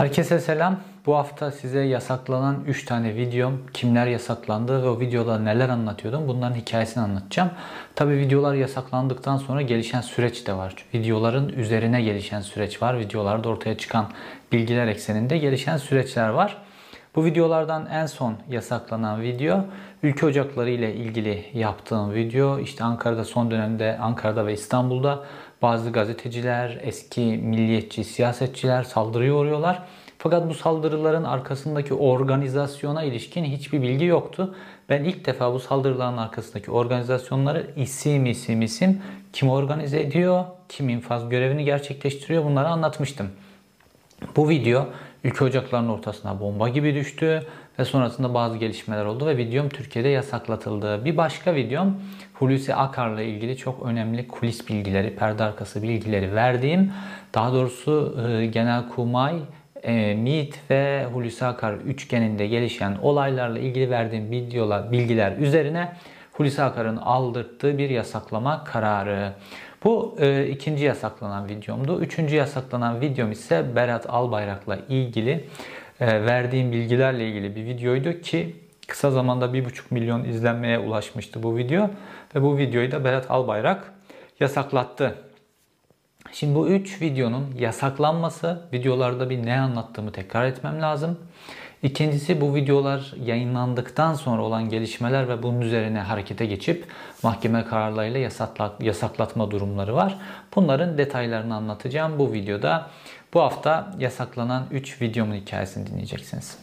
Herkese selam. Bu hafta size yasaklanan 3 tane videom, kimler yasaklandı ve o videoda neler anlatıyordum, bunların hikayesini anlatacağım. Tabi videolar yasaklandıktan sonra gelişen süreç de var. Videoların üzerine gelişen süreç var. Videolarda ortaya çıkan bilgiler ekseninde gelişen süreçler var. Bu videolardan en son yasaklanan video ülke ocakları ile ilgili yaptığım video. İşte Ankara'da son dönemde Ankara'da ve İstanbul'da bazı gazeteciler, eski milliyetçi siyasetçiler saldırıya uğruyorlar. Fakat bu saldırıların arkasındaki organizasyona ilişkin hiçbir bilgi yoktu. Ben ilk defa bu saldırıların arkasındaki organizasyonları isim kim organize ediyor, kim infaz görevini gerçekleştiriyor bunları anlatmıştım. Bu video ülke ocaklarının ortasına bomba gibi düştü ve sonrasında bazı gelişmeler oldu ve videom Türkiye'de yasaklatıldı. Bir başka videom Hulusi Akar'la ilgili çok önemli kulis bilgileri, perde arkası bilgileri verdiğim, daha doğrusu Genelkurmay, MİT ve Hulusi Akar üçgeninde gelişen olaylarla ilgili verdiğim bilgiler üzerine Hulusi Akar'ın aldırttığı bir yasaklama kararı. Bu ikinci yasaklanan videomdu. Üçüncü yasaklanan videom ise Berat Albayrak'la ilgili verdiğim bilgilerle ilgili bir videoydu ki kısa zamanda 1,5 milyon izlenmeye ulaşmıştı bu video. Ve bu videoyu da Berat Albayrak yasaklattı. Şimdi bu 3 videonun yasaklanması, videolarda bir ne anlattığımı tekrar etmem lazım. İkincisi, bu videolar yayınlandıktan sonra olan gelişmeler ve bunun üzerine harekete geçip mahkeme kararlarıyla yasaklatma durumları var. Bunların detaylarını anlatacağım bu videoda. Bu hafta yasaklanan 3 videomun hikayesini dinleyeceksiniz.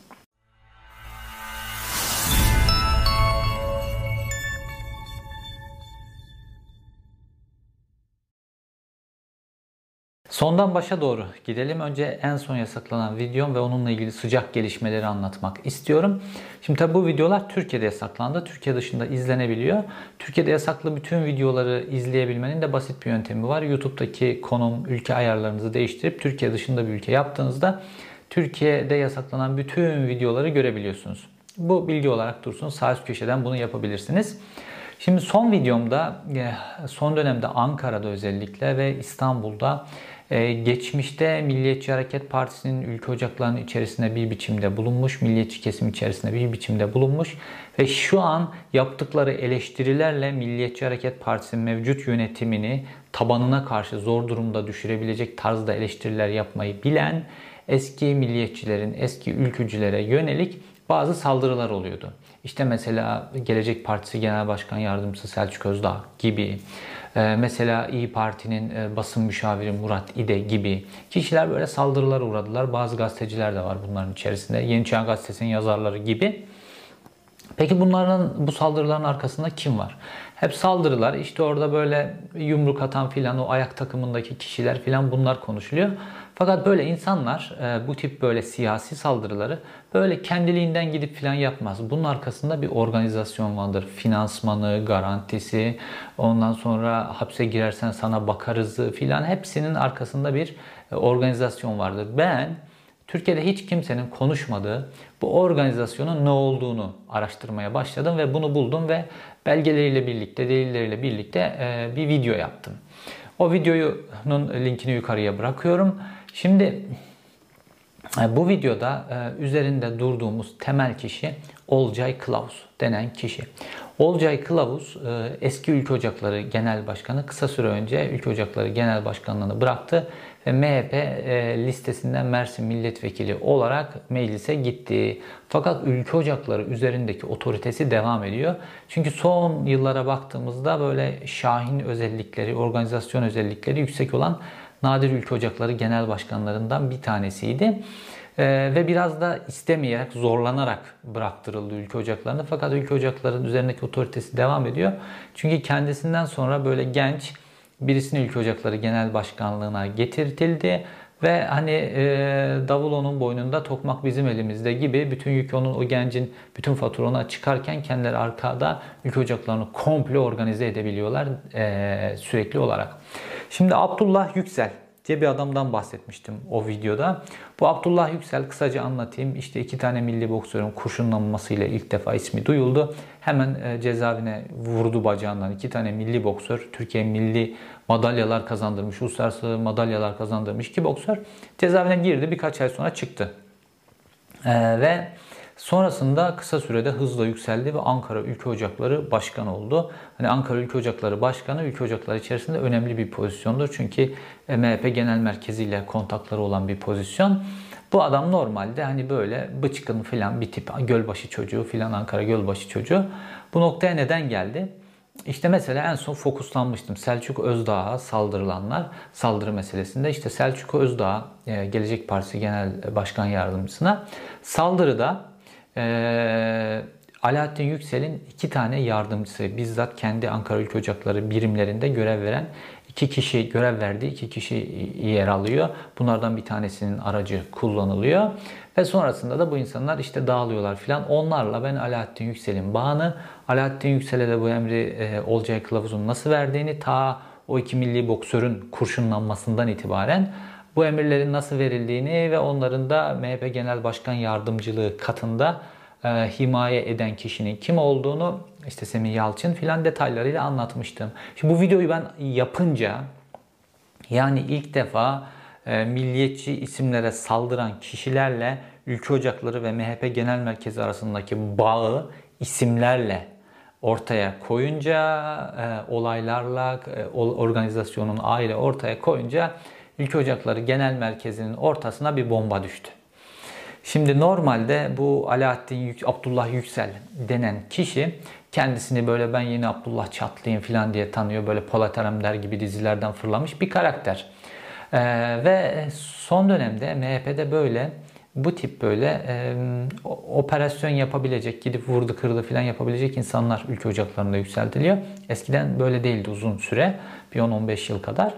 Sondan başa doğru gidelim. Önce en son yasaklanan videom ve onunla ilgili sıcak gelişmeleri anlatmak istiyorum. Şimdi tabi bu videolar Türkiye'de yasaklandı. Türkiye dışında izlenebiliyor. Türkiye'de yasaklı bütün videoları izleyebilmenin de basit bir yöntemi var. YouTube'daki konum, ülke ayarlarınızı değiştirip Türkiye dışında bir ülke yaptığınızda Türkiye'de yasaklanan bütün videoları görebiliyorsunuz. Bu bilgi olarak dursun. Sağ üst köşeden bunu yapabilirsiniz. Şimdi son videomda son dönemde Ankara'da özellikle ve İstanbul'da geçmişte Milliyetçi Hareket Partisi'nin ülke ocaklarının içerisinde bir biçimde bulunmuş, milliyetçi kesim içerisinde bir biçimde bulunmuş ve şu an yaptıkları eleştirilerle Milliyetçi Hareket Partisi'nin mevcut yönetimini tabanına karşı zor durumda düşürebilecek tarzda eleştiriler yapmayı bilen eski milliyetçilerin, eski ülkücülere yönelik bazı saldırılar oluyordu. İşte mesela Gelecek Partisi Genel Başkan Yardımcısı Selçuk Özdağ gibi, mesela İYİ Parti'nin basın müşaviri Murat İde gibi kişiler böyle saldırılara uğradılar. Bazı gazeteciler de var bunların içerisinde. Yeni Çağ Gazetesi'nin yazarları gibi. Peki bu saldırıların arkasında kim var? Hep saldırılar, işte orada böyle yumruk atan filan, o ayak takımındaki kişiler filan, bunlar konuşuluyor. Fakat böyle insanlar bu tip böyle siyasi saldırıları böyle kendiliğinden gidip filan yapmaz. Bunun arkasında bir organizasyon vardır. Finansmanı, garantisi, ondan sonra hapse girersen sana bakarızı filan, hepsinin arkasında bir organizasyon vardır. Ben Türkiye'de hiç kimsenin konuşmadığı bu organizasyonun ne olduğunu araştırmaya başladım ve bunu buldum ve belgeleriyle birlikte, delilleriyle birlikte bir video yaptım. O videonun linkini yukarıya bırakıyorum. Şimdi bu videoda üzerinde durduğumuz temel kişi Olcay Kılavuz denen kişi. Olcay Kılavuz eski Ülke Ocakları Genel Başkanı, kısa süre önce Ülke Ocakları Genel Başkanlığını bıraktı ve MHP listesinden Mersin Milletvekili olarak meclise gitti. Fakat Ülke Ocakları üzerindeki otoritesi devam ediyor. Çünkü son yıllara baktığımızda böyle şahin özellikleri, organizasyon özellikleri yüksek olan nadir Ülke Ocakları Genel Başkanlarından bir tanesiydi. Ve biraz da istemeyerek, zorlanarak bıraktırıldı ülke ocaklarına. Fakat ülke ocaklarının üzerindeki otoritesi devam ediyor. Çünkü kendisinden sonra böyle genç birisini ülke ocakları genel başkanlığına getirtildi. Ve hani davul onun boynunda, tokmak bizim elimizde gibi, bütün yük o gencin bütün faturana çıkarken kendileri arkada ülke ocaklarını komple organize edebiliyorlar sürekli olarak. Şimdi Abdullah Yüksel, diye bir adamdan bahsetmiştim o videoda. Bu Abdullah Yüksel, kısaca anlatayım. İşte 2 tane milli boksörün kurşunlanmasıyla ilk defa ismi duyuldu. Hemen cezaevine vurdu bacağından. 2 tane milli boksör, Türkiye milli madalyalar kazandırmış, uluslararası madalyalar kazandırmış 2 boksör cezaevine girdi. Birkaç ay sonra çıktı. Ve sonrasında kısa sürede hızla yükseldi ve Ankara Ülke Ocakları Başkanı oldu. Hani Ankara Ülke Ocakları Başkanı, ülke ocakları içerisinde önemli bir pozisyondur. Çünkü MHP Genel Merkezi ile kontakları olan bir pozisyon. Bu adam normalde hani böyle bıçkın filan bir tip, Gölbaşı çocuğu filan, Ankara Gölbaşı çocuğu. Bu noktaya neden geldi? İşte mesela en son fokuslanmıştım Selçuk Özdağ'a saldırı meselesinde. İşte Selçuk Özdağ, Gelecek Partisi Genel Başkan Yardımcısına saldırıda Alaaddin Yüksel'in 2 tane yardımcısı, bizzat kendi Ankara Ülke Ocakları birimlerinde görev veren 2 kişi, görev verdiği 2 kişi yer alıyor. Bunlardan bir tanesinin aracı kullanılıyor. Ve sonrasında da bu insanlar işte dağılıyorlar filan. Onlarla ben Alaaddin Yüksel'in bağını, Alaaddin Yüksel'e de bu emri Olcay Kılavuz'un nasıl verdiğini, ta o 2 milli boksörün kurşunlanmasından itibaren bu emirlerin nasıl verildiğini ve onların da MHP Genel Başkan Yardımcılığı katında himaye eden kişinin kim olduğunu, işte Semih Yalçın filan detaylarıyla anlatmıştım. Şimdi bu videoyu ben yapınca, yani ilk defa milliyetçi isimlere saldıran kişilerle Ülke Ocakları ve MHP Genel Merkezi arasındaki bağı isimlerle ortaya koyunca, olaylarla, organizasyonun aile ortaya koyunca Ülke Ocakları Genel Merkezi'nin ortasına bir bomba düştü. Şimdi normalde bu Abdullah Yüksel denen kişi kendisini böyle ben yeni Abdullah Çatlı'yım falan diye tanıyor. Böyle Polat Alemdar gibi dizilerden fırlamış bir karakter. Ve son dönemde MHP'de böyle bu tip böyle operasyon yapabilecek, gidip vurdu kırdı falan yapabilecek insanlar ülke ocaklarında yükseltiliyor. Eskiden böyle değildi uzun süre. Bir 10-15 yıl kadar.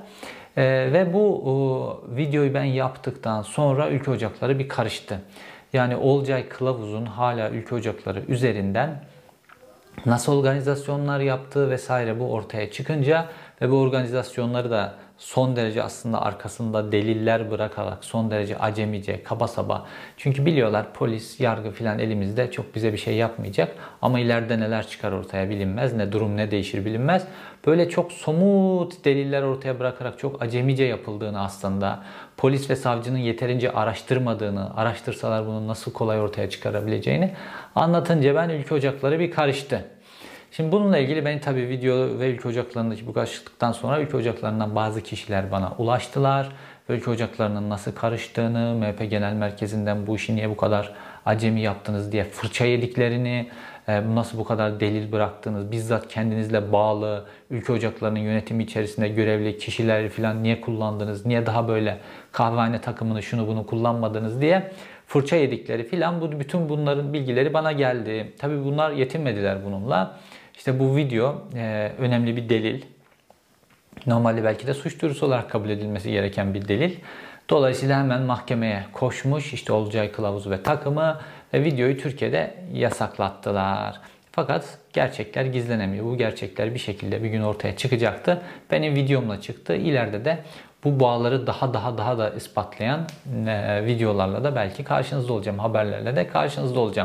Ve bu videoyu ben yaptıktan sonra ülke ocakları bir karıştı. Yani Olcay Kılavuz'un hala ülke ocakları üzerinden nasıl organizasyonlar yaptığı vesaire bu ortaya çıkınca ve bu organizasyonları da son derece aslında arkasında deliller bırakarak son derece acemice, kaba saba. Çünkü biliyorlar polis, yargı filan elimizde çok bize bir şey yapmayacak. Ama ileride neler çıkar ortaya bilinmez. Ne durum ne değişir bilinmez. Böyle çok somut deliller ortaya bırakarak çok acemice yapıldığını aslında polis ve savcının yeterince araştırmadığını, araştırsalar bunu nasıl kolay ortaya çıkarabileceğini anlatınca ben ülke ocakları bir karıştı. Şimdi bununla ilgili ben tabii video ve ülke ocaklarındaki bu karışıklıktan sonra ülke ocaklarından bazı kişiler bana ulaştılar. Ve ülke ocaklarının nasıl karıştığını, MHP Genel Merkezi'nden bu işi niye bu kadar acemi yaptınız diye fırça yediklerini, nasıl bu kadar delil bıraktınız, bizzat kendinizle bağlı ülke ocaklarının yönetimi içerisinde görevli kişileri falan niye kullandınız, niye daha böyle kahvehane takımını şunu bunu kullanmadınız diye fırça yedikleri filan, bütün bunların bilgileri bana geldi. Tabii bunlar yetinmediler bununla. İşte bu video önemli bir delil. Normalde belki de suç duyurusu olarak kabul edilmesi gereken bir delil. Dolayısıyla hemen mahkemeye koşmuş işte Olcay Kılavuz ve takımı ve videoyu Türkiye'de yasaklattılar. Fakat gerçekler gizlenemiyor. Bu gerçekler bir şekilde bir gün ortaya çıkacaktı. Benim videomla çıktı. İleride de bu bağları daha da ispatlayan videolarla da belki karşınızda olacağım. Haberlerle de karşınızda olacağım.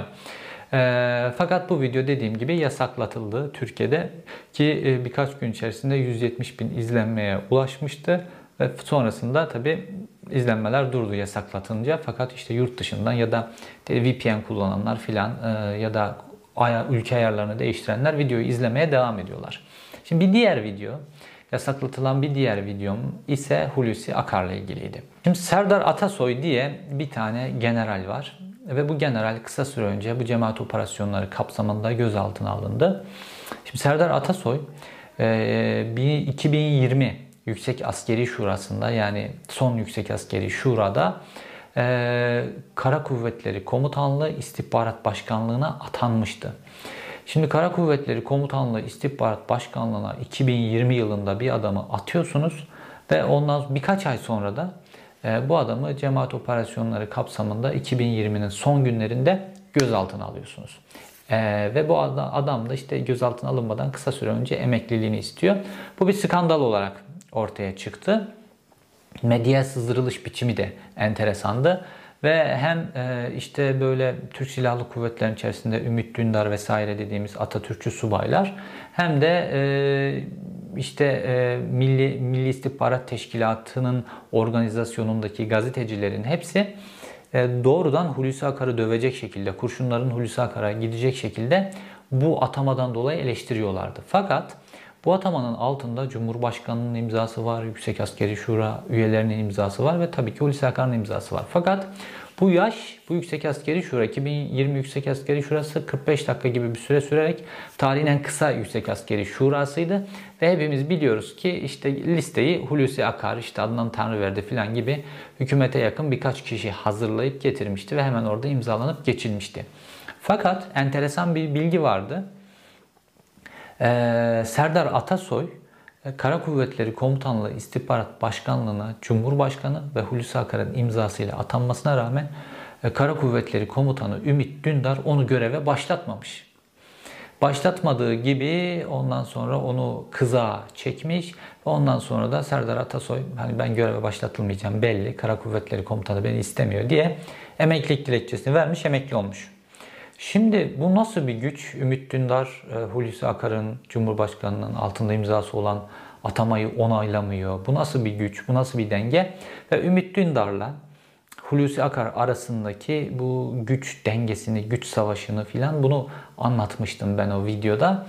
Fakat bu video dediğim gibi yasaklatıldı Türkiye'de ki birkaç gün içerisinde 170 bin izlenmeye ulaşmıştı ve sonrasında tabi izlenmeler durdu yasaklatınca. Fakat işte yurt dışından ya da VPN kullananlar filan ya da ülke ayarlarını değiştirenler videoyu izlemeye devam ediyorlar. Şimdi bir diğer video, yasaklatılan bir diğer videom ise Hulusi Akar'la ilgiliydi. Şimdi Serdar Atasoy diye bir tane general var. Ve bu general kısa süre önce bu cemaat operasyonları kapsamında gözaltına alındı. Şimdi Serdar Atasoy 2020 Yüksek Askeri Şurası'nda, yani son Yüksek Askeri Şura'da Kara Kuvvetleri Komutanlığı İstihbarat Başkanlığı'na atanmıştı. Şimdi Kara Kuvvetleri Komutanlığı İstihbarat Başkanlığı'na 2020 yılında bir adamı atıyorsunuz ve ondan birkaç ay sonra da bu adamı cemaat operasyonları kapsamında 2020'nin son günlerinde gözaltına alıyorsunuz. Ve bu adam da işte gözaltına alınmadan kısa süre önce emekliliğini istiyor. Bu bir skandal olarak ortaya çıktı. medyaya sızdırılış biçimi de enteresandı. Ve hem işte böyle Türk Silahlı Kuvvetleri'nin içerisinde Ümit Dündar vesaire dediğimiz Atatürkçü subaylar, hem de Milli İstihbarat Teşkilatı'nın organizasyonundaki gazetecilerin hepsi doğrudan Hulusi Akar'ı dövecek şekilde, kurşunların Hulusi Akar'a gidecek şekilde bu atamadan dolayı eleştiriyorlardı. Fakat bu atamanın altında Cumhurbaşkanı'nın imzası var, Yüksek Askeri Şura üyelerinin imzası var ve tabii ki Hulusi Akar'ın imzası var. Fakat bu Yüksek Askeri Şura, 2020 Yüksek Askeri Şurası 45 dakika gibi bir süre sürerek tarihin en kısa Yüksek Askeri Şurası'ydı. Ve hepimiz biliyoruz ki işte listeyi Hulusi Akar, işte Adnan Tanrıverdi falan gibi hükümete yakın birkaç kişi hazırlayıp getirmişti ve hemen orada imzalanıp geçilmişti. Fakat enteresan bir bilgi vardı. Serdar Atasoy, Kara Kuvvetleri Komutanlığı İstihbarat Başkanlığı'na Cumhurbaşkanı ve Hulusi Akar'ın imzasıyla atanmasına rağmen Kara Kuvvetleri Komutanı Ümit Dündar onu göreve başlatmamış. Başlatmadığı gibi ondan sonra onu kızağa çekmiş ve ondan sonra da Serdar Atasoy, hani ben göreve başlatılmayacağım belli, Kara Kuvvetleri Komutanı beni istemiyor diye emeklilik dilekçesini vermiş, emekli olmuş. Şimdi bu nasıl bir güç? Ümit Dündar, Hulusi Akar'ın Cumhurbaşkanı'nın altında imzası olan atamayı onaylamıyor. Bu nasıl bir güç? Bu nasıl bir denge? Ve Ümit Dündar'la Hulusi Akar arasındaki bu güç dengesini, güç savaşını filan, bunu anlatmıştım ben o videoda.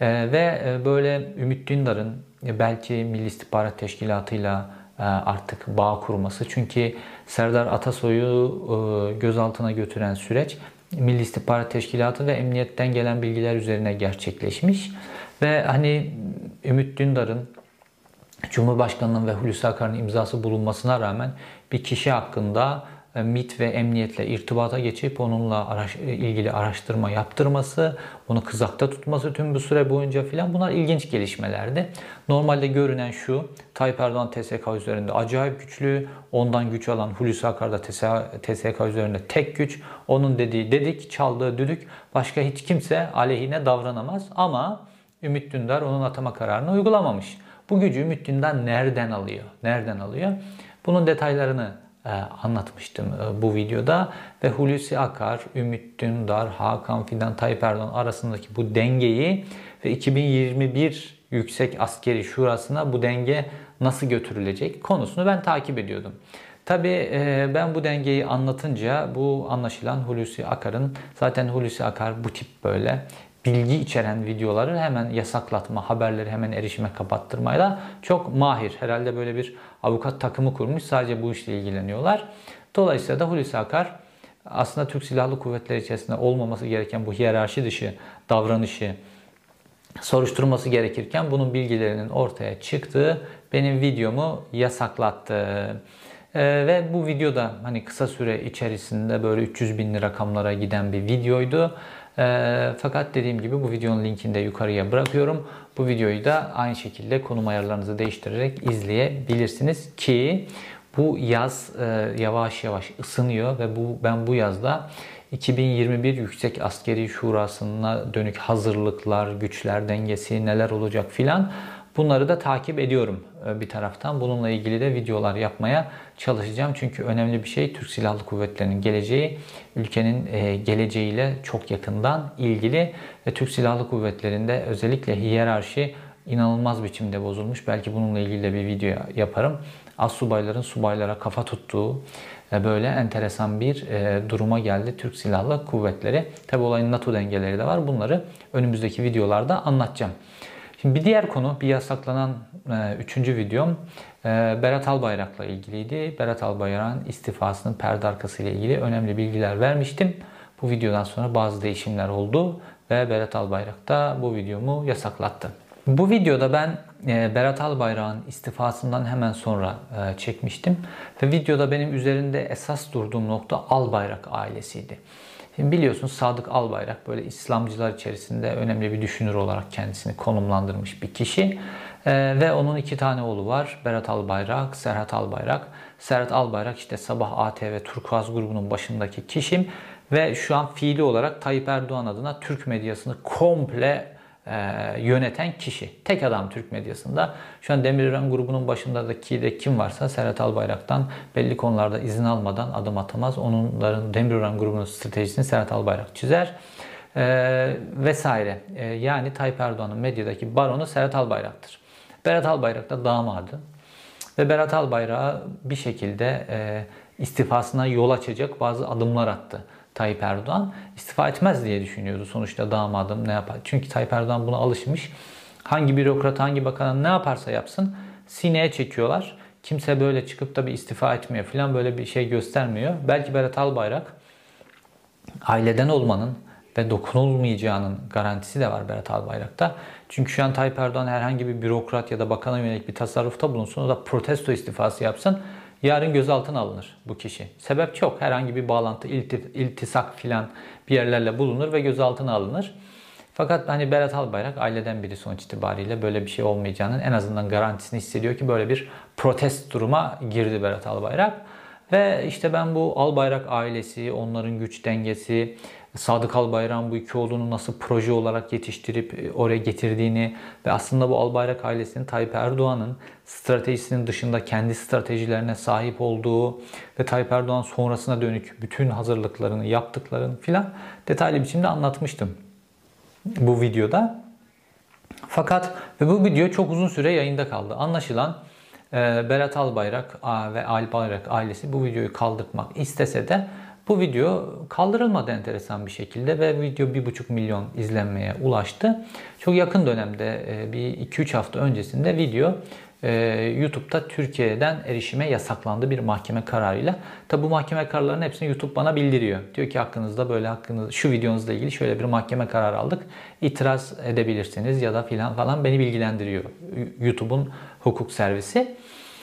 Ve böyle Ümit Dündar'ın belki Milli İstihbarat Teşkilatı'yla artık bağ kurması. Çünkü Serdar Atasoy'u gözaltına götüren süreç Milli İstihbarat Teşkilatı ve emniyetten gelen bilgiler üzerine gerçekleşmiş. Ve hani Ümit Dündar'ın Cumhurbaşkanı'nın ve Hulusi Akar'ın imzası bulunmasına rağmen bir kişi hakkında MİT ve emniyetle irtibata geçip onunla ilgili araştırma yaptırması, onu kızakta tutması tüm bu süre boyunca filan, bunlar ilginç gelişmelerdi. Normalde görünen şu: Tayyip Erdoğan TSK üzerinde acayip güçlü, ondan güç alan Hulusi Akar da TSK üzerinde tek güç. Onun dediği dedik, çaldığı düdük, başka hiç kimse aleyhine davranamaz. Ama Ümit Dündar onun atama kararını uygulamamış. Bu gücü Ümit Dündar nereden alıyor? Nereden alıyor? Bunun detaylarını anlatmıştım bu videoda. Ve Hulusi Akar, Ümit Dündar, Hakan Fidan, Tayyip Erdoğan arasındaki bu dengeyi ve 2021 Yüksek Askeri Şurası'na bu denge nasıl götürülecek konusunu ben takip ediyordum. Tabii ben bu dengeyi anlatınca bu anlaşılan Hulusi Akar'ın, zaten Hulusi Akar bu tip böyle bilgi içeren videoları hemen yasaklatma, haberleri hemen erişime kapattırmayla çok mahir. Herhalde böyle bir avukat takımı kurmuş, sadece bu işle ilgileniyorlar. Dolayısıyla da Hulusi Akar aslında Türk Silahlı Kuvvetleri içerisinde olmaması gereken bu hiyerarşi dışı davranışı soruşturması gerekirken bunun bilgilerinin ortaya çıktığı benim videomu yasaklattı. Ve bu videoda hani kısa süre içerisinde böyle 300 binli rakamlara giden bir videoydu. Fakat dediğim gibi bu videonun linkini de yukarıya bırakıyorum. Bu videoyu da aynı şekilde konum ayarlarınızı değiştirerek izleyebilirsiniz ki bu yaz yavaş yavaş ısınıyor ve ben bu yazda 2021 Yüksek Askeri Şurası'na dönük hazırlıklar, güçler dengesi neler olacak filan, bunları da takip ediyorum bir taraftan. Bununla ilgili de videolar yapmaya çalışacağım. Çünkü önemli bir şey, Türk Silahlı Kuvvetleri'nin geleceği, ülkenin geleceğiyle çok yakından ilgili ve Türk Silahlı Kuvvetleri'nde özellikle hiyerarşi inanılmaz biçimde bozulmuş. Belki bununla ilgili de bir video yaparım. Astsubayların subaylara kafa tuttuğu böyle enteresan bir duruma geldi Türk Silahlı Kuvvetleri. Tabi olayın NATO dengeleri de var. Bunları önümüzdeki videolarda anlatacağım. Şimdi bir diğer konu, bir yasaklanan 3. videom Berat Albayrak'la ilgiliydi. Berat Albayrak'ın istifasının perde arkası ile ilgili önemli bilgiler vermiştim. Bu videodan sonra bazı değişimler oldu ve Berat Albayrak da bu videomu yasaklattı. Bu videoda ben Berat Albayrak'ın istifasından hemen sonra çekmiştim. Ve videoda benim üzerinde esas durduğum nokta Albayrak ailesiydi. Şimdi biliyorsunuz Sadık Albayrak böyle İslamcılar içerisinde önemli bir düşünür olarak kendisini konumlandırmış bir kişi. Ve onun 2 tane oğlu var. Berat Albayrak, Serhat Albayrak. Serhat Albayrak işte Sabah ATV Turkuaz grubunun başındaki kişi ve şu an fiili olarak Tayyip Erdoğan adına Türk medyasını komple yöneten kişi. Tek adam Türk medyasında. Şu an Demirören grubunun başındaki de kim varsa Serhat Albayrak'tan belli konularda izin almadan adım atamaz. Onların Demirören grubunun stratejisini Serhat Albayrak çizer. Vesaire. Yani Tayyip Erdoğan'ın medyadaki baronu Serhat Albayrak'tır. Berat Albayrak da damadı. Ve Berat Albayrak'a bir şekilde istifasına yol açacak bazı adımlar attı Tayyip Erdoğan. İstifa etmez diye düşünüyordu. Sonuçta damadım ne yapar? Çünkü Tayyip Erdoğan buna alışmış. Hangi bürokrat, hangi bakan ne yaparsa yapsın sineye çekiyorlar. Kimse böyle çıkıp da bir istifa etmiyor falan, böyle bir şey göstermiyor. Belki Berat Albayrak aileden olmanın ve dokunulmayacağının garantisi de var Berat Albayrak'ta. Çünkü şu an Tayyip Erdoğan herhangi bir bürokrat ya da bakana yönelik bir tasarrufta bulunsun, o da protesto istifası yapsın, yarın gözaltına alınır bu kişi. Sebep çok. Herhangi bir bağlantı, iltisak filan bir yerlerle bulunur ve gözaltına alınır. Fakat hani Berat Albayrak aileden biri sonuç itibariyle, böyle bir şey olmayacağının en azından garantisini hissediyor ki böyle bir protest duruma girdi Berat Albayrak. Ve işte ben bu Albayrak ailesi, onların güç dengesi, Sadık Albayrak'ın bu iki oğlunu nasıl proje olarak yetiştirip oraya getirdiğini ve aslında bu Albayrak ailesinin Tayyip Erdoğan'ın stratejisinin dışında kendi stratejilerine sahip olduğu ve Tayyip Erdoğan sonrasına dönük bütün hazırlıklarını yaptıklarını filan detaylı biçimde anlatmıştım bu videoda. Fakat ve bu video çok uzun süre yayında kaldı. Anlaşılan Berat Albayrak ve Albayrak ailesi bu videoyu kaldırmak istese de bu video kaldırılmadı enteresan bir şekilde ve video 1,5 milyon izlenmeye ulaştı. Çok yakın dönemde bir 2-3 hafta öncesinde video YouTube'da Türkiye'den erişime yasaklandı bir mahkeme kararıyla. Tabi bu mahkeme kararlarının hepsini YouTube bana bildiriyor. Diyor ki hakkınızda böyle, şu videonuzla ilgili şöyle bir mahkeme kararı aldık. İtiraz edebilirsiniz ya da filan falan, beni bilgilendiriyor YouTube'un hukuk servisi.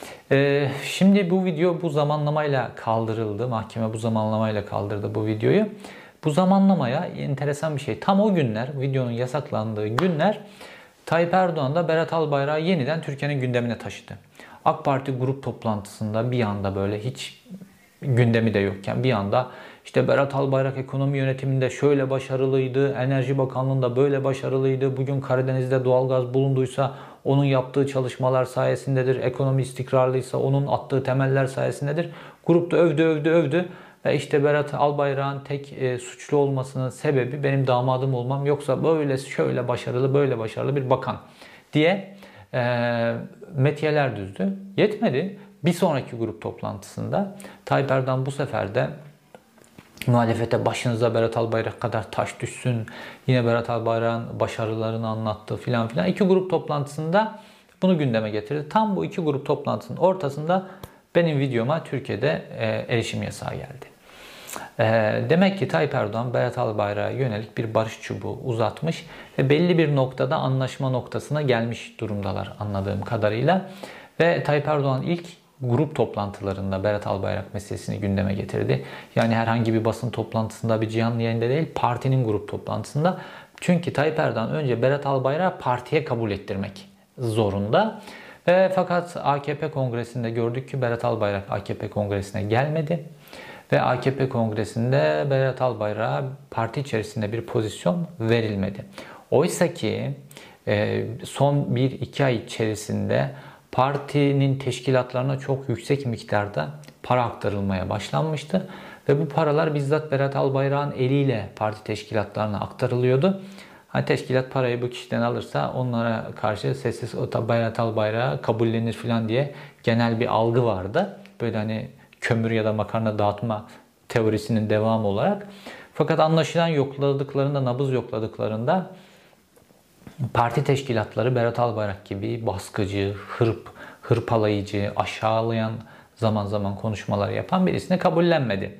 Şimdi bu video bu zamanlamayla kaldırıldı. Mahkeme bu zamanlamayla kaldırdı bu videoyu. Bu zamanlamaya enteresan bir şey. Tam o günler, videonun yasaklandığı günler, Tayyip Erdoğan da Berat Albayrak'ı yeniden Türkiye'nin gündemine taşıdı. AK Parti grup toplantısında bir anda, böyle hiç gündemi de yokken bir anda işte Berat Albayrak ekonomi yönetiminde şöyle başarılıydı, Enerji Bakanlığı'nda böyle başarılıydı, bugün Karadeniz'de doğalgaz bulunduysa onun yaptığı çalışmalar sayesindedir, ekonomi istikrarlıysa onun attığı temeller sayesindedir. Grup da övdü. Ve işte Berat Albayrak'ın tek suçlu olmasının sebebi benim damadım olmam, yoksa böyle şöyle başarılı, böyle başarılı bir bakan diye metiyeler düzdü. Yetmedi. Bir sonraki grup toplantısında Tayyip Erdoğan bu sefer de muhalefete başınıza Berat Albayrak kadar taş düşsün, yine Berat Albayrak'ın başarılarını anlattı filan filan. İki grup toplantısında bunu gündeme getirdi. Tam bu iki grup toplantısının ortasında benim videoma Türkiye'de erişim yasağı geldi. Demek ki Tayyip Erdoğan Berat Albayrak'a yönelik bir barış çubuğu uzatmış ve belli bir noktada anlaşma noktasına gelmiş durumdalar anladığım kadarıyla. Ve Tayyip Erdoğan ilk grup toplantılarında Berat Albayrak meselesini gündeme getirdi. Yani herhangi bir basın toplantısında, bir canlı yayında değil, partinin grup toplantısında. Çünkü Tayyip Erdoğan önce Berat Albayrak'ı partiye kabul ettirmek zorunda. Fakat AKP kongresinde gördük ki Berat Albayrak AKP kongresine gelmedi. Ve AKP kongresinde Berat Albayrak'a parti içerisinde bir pozisyon verilmedi. Oysa ki son 1-2 ay içerisinde partinin teşkilatlarına çok yüksek miktarda para aktarılmaya başlanmıştı. Ve bu paralar bizzat Berat Albayrak'ın eliyle parti teşkilatlarına aktarılıyordu. Hani teşkilat parayı bu kişiden alırsa onlara karşı sessiz Berat Albayrak'a kabullenir falan diye genel bir algı vardı. Böyle hani kömür ya da makarna dağıtma teorisinin devamı olarak. Fakat anlaşılan yokladıklarında, nabız yokladıklarında parti teşkilatları Berat Albayrak gibi baskıcı, hırpalayıcı, aşağılayan zaman zaman konuşmalar yapan birisini kabullenmedi.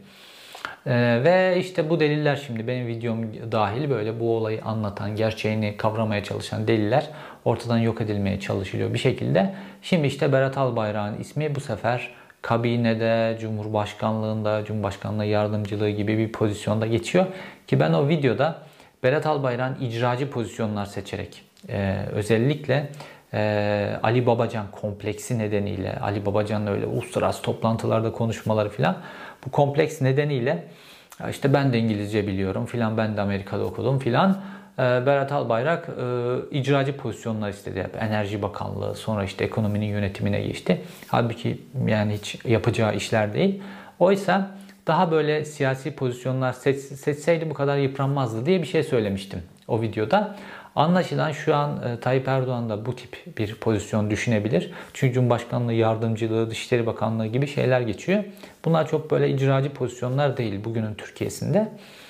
Ve işte bu deliller, şimdi benim videom dahil böyle bu olayı anlatan, gerçeğini kavramaya çalışan deliller ortadan yok edilmeye çalışılıyor bir şekilde. Şimdi işte Berat Albayrak'ın ismi bu sefer kabinede, Cumhurbaşkanlığında, Cumhurbaşkanlığı yardımcılığı gibi bir pozisyonda geçiyor. Ki ben o videoda Berat Albayrak'ın icracı pozisyonlar seçerek özellikle Ali Babacan kompleksi nedeniyle, Ali Babacan'la öyle uluslararası toplantılarda konuşmaları filan, bu kompleks nedeniyle işte ben de İngilizce biliyorum filan, ben de Amerika'da okudum filan, Berat Albayrak icracı pozisyonlar istedi. Hep Enerji Bakanlığı, sonra işte ekonominin yönetimine geçti. Halbuki yani hiç yapacağı işler değil. Oysa daha böyle siyasi pozisyonlar seçseydi bu kadar yıpranmazdı diye bir şey söylemiştim o videoda. Anlaşılan şu an Tayyip Erdoğan da bu tip bir pozisyon düşünebilir. Çünkü Cumhurbaşkanlığı yardımcılığı, Dışişleri Bakanlığı gibi şeyler geçiyor. Bunlar çok böyle icracı pozisyonlar değil bugünün Türkiye'sinde.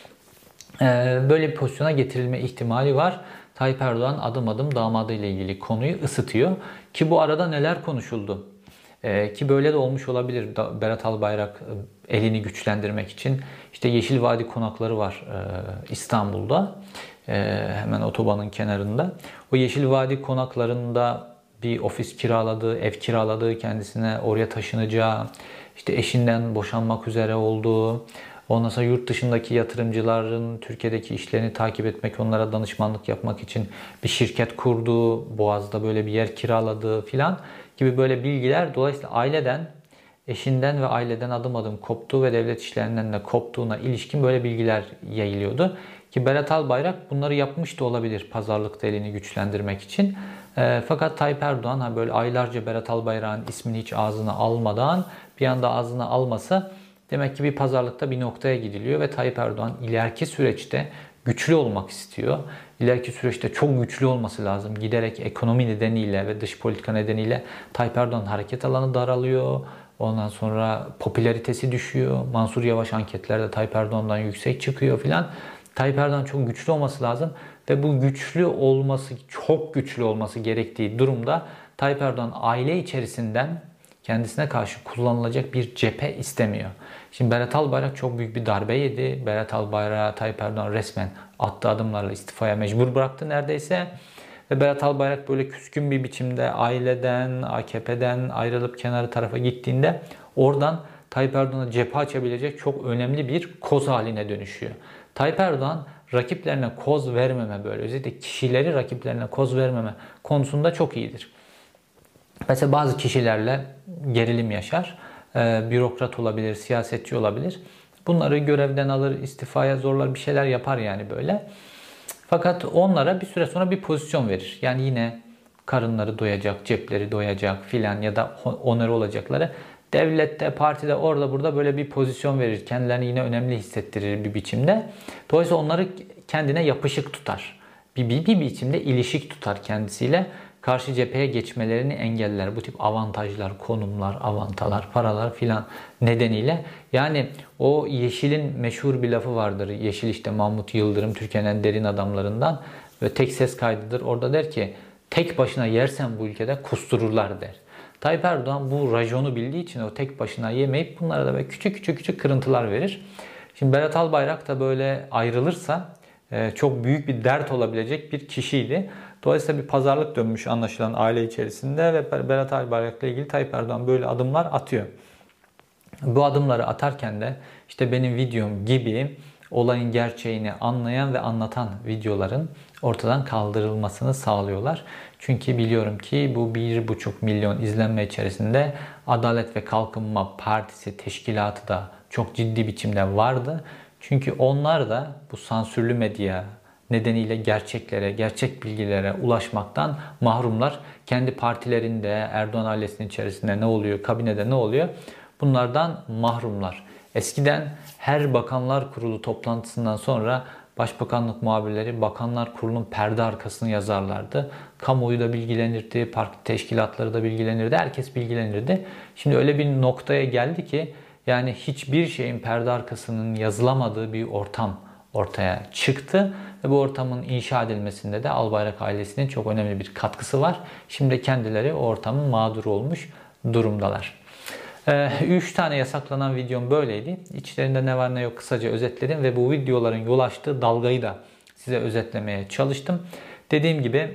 Böyle bir pozisyona getirilme ihtimali var. Tayyip Erdoğan adım adım damadıyla ilgili konuyu ısıtıyor. Ki bu arada neler konuşuldu? Ki böyle de olmuş olabilir. Berat Albayrak elini güçlendirmek için işte Yeşil Vadi konakları var İstanbul'da. Hemen otobanın kenarında. O Yeşil Vadi konaklarında bir ofis kiraladığı, ev kiraladığı kendisine, oraya taşınacağı, işte eşinden boşanmak üzere olduğu, ondan sonra yurt dışındaki yatırımcıların Türkiye'deki işlerini takip etmek, onlara danışmanlık yapmak için bir şirket kurduğu, Boğaz'da böyle bir yer kiraladığı filan gibi böyle bilgiler. Dolayısıyla aileden, eşinden ve aileden adım adım koptuğu ve devlet işlerinden de koptuğuna ilişkin böyle bilgiler yayılıyordu. Ki Berat Albayrak bunları yapmış da olabilir pazarlıkta elini güçlendirmek için. Fakat Tayyip Erdoğan böyle aylarca Berat Albayrak'ın ismini hiç ağzına almadan bir anda ağzına alması demek ki bir pazarlıkta bir noktaya gidiliyor ve Tayyip Erdoğan ileriki süreçte güçlü olmak istiyor. İleriki süreçte çok güçlü olması lazım. Giderek ekonomi nedeniyle ve dış politika nedeniyle Tayyip Erdoğan'ın hareket alanı daralıyor. Ondan sonra popülaritesi düşüyor. Mansur Yavaş anketlerde Tayyip Erdoğan'dan yüksek çıkıyor filan. Tayyip Erdoğan çok güçlü olması lazım ve bu güçlü olması, çok güçlü olması gerektiği durumda Tayyip Erdoğan aile içerisinden kendisine karşı kullanılacak bir cephe istemiyor. Şimdi Berat Albayrak çok büyük bir darbe yedi. Berat Albayrak'ı Tayyip Erdoğan resmen attığı adımlarla istifaya mecbur bıraktı neredeyse. Ve Berat Albayrak böyle küskün bir biçimde aileden, AKP'den ayrılıp kenarı tarafa gittiğinde oradan Tayyip Erdoğan'a cephe açabilecek çok önemli bir koz haline dönüşüyor. Tayyip Erdoğan rakiplerine koz vermeme, böyle özellikle kişileri rakiplerine koz vermeme konusunda çok iyidir. Mesela bazı kişilerle gerilim yaşar. Bürokrat olabilir, siyasetçi olabilir. Bunları görevden alır, istifaya zorlar, bir şeyler yapar yani böyle. Fakat onlara bir süre sonra bir pozisyon verir. Yani yine karınları doyacak, cepleri doyacak filan ya da onarı olacakları. Devlette, partide, orada burada böyle bir pozisyon verir. Kendilerini yine önemli hissettirir bir biçimde. Dolayısıyla onları kendine yapışık tutar. Bir biçimde ilişik tutar kendisiyle. Karşı cepheye geçmelerini engeller. Bu tip avantajlar, konumlar, avantalar, paralar filan nedeniyle. Yani o Yeşil'in meşhur bir lafı vardır. Yeşil işte Mahmut Yıldırım, Türkiye'nin en derin adamlarından ve tek ses kaydıdır. Orada der ki tek başına yersen bu ülkede kustururlar der. Tayyip Erdoğan bu rajonu bildiği için o tek başına yemeyip bunlara da böyle küçük kırıntılar verir. Şimdi Berat Albayrak da böyle ayrılırsa çok büyük bir dert olabilecek bir kişiydi. Dolayısıyla bir pazarlık dönmüş anlaşılan aile içerisinde ve Berat Albayrak'la ilgili Tayyip Erdoğan böyle adımlar atıyor. Bu adımları atarken de işte benim videom gibi olayın gerçeğini anlayan ve anlatan videoların ortadan kaldırılmasını sağlıyorlar. Çünkü biliyorum ki bu 1,5 milyon izlenme içerisinde Adalet ve Kalkınma Partisi teşkilatı da çok ciddi biçimde vardı. Çünkü onlar da bu sansürlü medya nedeniyle gerçeklere, gerçek bilgilere ulaşmaktan mahrumlar. Kendi partilerinde, Erdoğan ailesinin içerisinde ne oluyor, kabinede ne oluyor? Bunlardan mahrumlar. Eskiden her Bakanlar Kurulu toplantısından sonra Başbakanlık muhabirleri Bakanlar Kurulu'nun perde arkasını yazarlardı. Kamuoyu da bilgilenirdi, parti teşkilatları da bilgilenirdi, herkes bilgilenirdi. Şimdi öyle bir noktaya geldi ki yani hiçbir şeyin perde arkasının yazılamadığı bir ortam ortaya çıktı. Ve bu ortamın inşa edilmesinde de Albayrak ailesinin çok önemli bir katkısı var. Şimdi kendileri o ortamın mağduru olmuş durumdalar. 3 tane yasaklanan videom böyleydi. İçlerinde ne var ne yok kısaca özetledim ve bu videoların yol açtığı dalgayı da size özetlemeye çalıştım. Dediğim gibi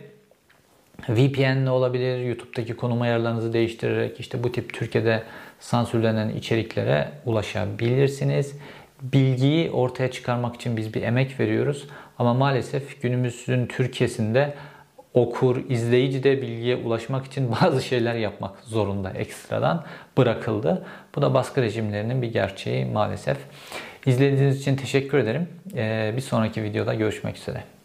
VPN olabilir, YouTube'daki konum ayarlarınızı değiştirerek işte bu tip Türkiye'de sansürlenen içeriklere ulaşabilirsiniz. Bilgiyi ortaya çıkarmak için biz bir emek veriyoruz. Ama maalesef günümüzün Türkiye'sinde okur, izleyici de bilgiye ulaşmak için bazı şeyler yapmak zorunda, ekstradan bırakıldı. Bu da baskı rejimlerinin bir gerçeği maalesef. İzlediğiniz için teşekkür ederim. Bir sonraki videoda görüşmek üzere.